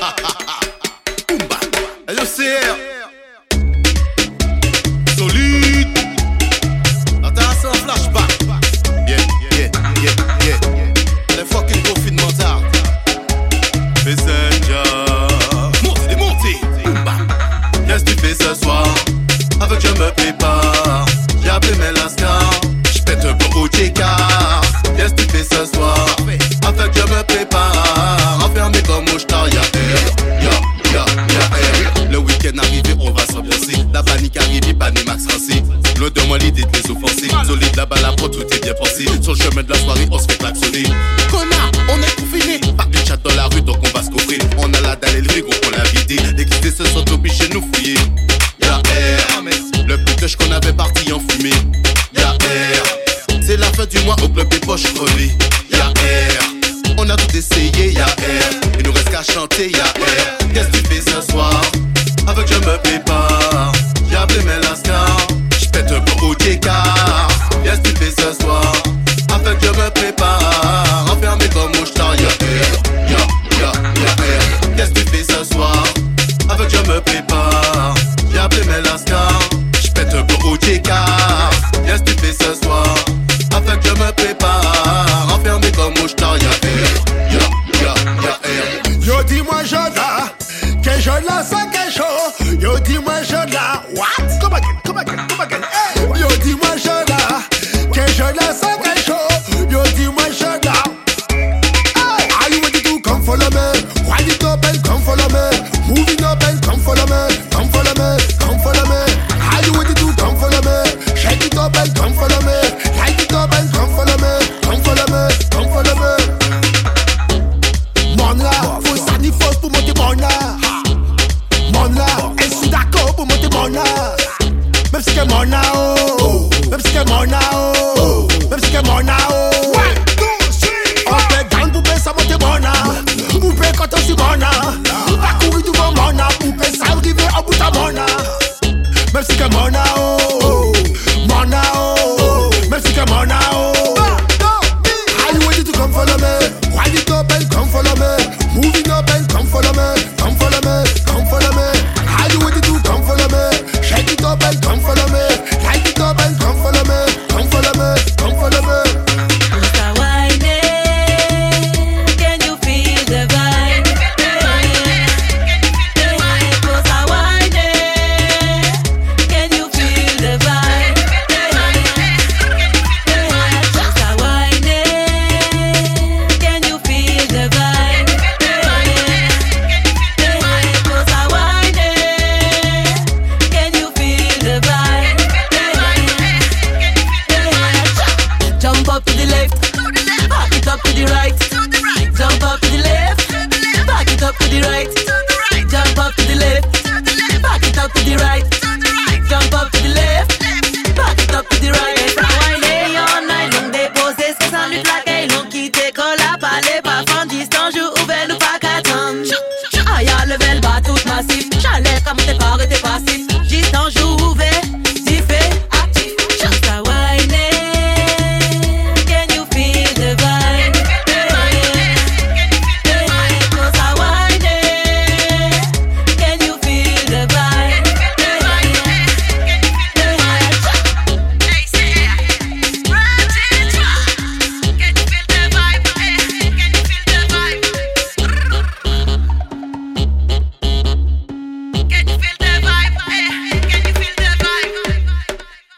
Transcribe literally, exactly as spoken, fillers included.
Boomba. Et je sais. Solide. Intéressant en flashback. Yeah, yeah, yeah, yeah. Les fucking confinements tard. Messenger. Montez, démontez. Boomba. Qu'est-ce que tu fais ce soir? Avec je me prépare. J'ai appelé mes lascars. J'pète un peu au J-Car. Qu'est-ce que tu fais ce soir? Avec je me prépare. Enfermé comme au star, y'a air. Y'a, y'a, y'a air. Le week-end arrivé, on va s'ambiancer. La panique arrive, panique max rancé. Loin de moi l'idée de les offenser. Solide là-bas, la pro, tout est bien pensé. Sur le chemin de la soirée, on se fait klaxonner. Connard, on est confiné. Pas de chat dans la rue, donc on va se coffrer. On a la dalle et le frigo pour la vider. Les guidés se sont obligés de nous fouiller. Y'a air. Le putage qu'on avait parti en fumée. Y'a air. C'est la fin du mois au club des poches crevées. Y'a air. On a tout essayé, y'a air. Il nous reste qu'à chanter, y'a air. Qu'est-ce que tu fais ce soir? Avec je me prépare. J'ai appelé mes lascars. J'pète un peu au J-Car. Qu'est-ce que tu fais ce soir? Avec je me prépare. Enfermé comme au star, y'a air. Y'a, y'a, y'a air. Qu'est-ce que tu fais ce soir? Avec je me prépare. J'ai appelé mes lascars. J'pète un peu au J-Car. Qu'est-ce que tu fais ce soir? Avec je me prépare. Enfermé comme au star, y'a air. Y'a, y'a, y'a air. Yo dis-moi je là, que je là ça que chaud. Yo dis-moi je là, what? Come again, come again, come again. Hey. Yo dis-moi je là, que je là ça que chaud. Yo dis-moi je là. Hey. Are you ready to come follow me? Wind it up and come follow me. Moving up and come follow me. Come follow me, come follow me. Are you ready to come follow me? Shake it up and come follow me. Light it up and come follow me. Come follow me, come follow me. Mon là, faut ça ni force pour monter mon là. Mon là, est-ce que d'accord pour monter mon là? Même si que mon là, oh. Même si que mon là, oh. Même si que mon là, oh. On fait gang pour payer ça monter mon là. Pour payer quand on s'y mon là. Pas courir devant mon là. Pour payer ça arriver en bout à mon là. Même si que mon là, oh. Mon là, oh. Même si que mon là, oh. Are you ready to come follow me?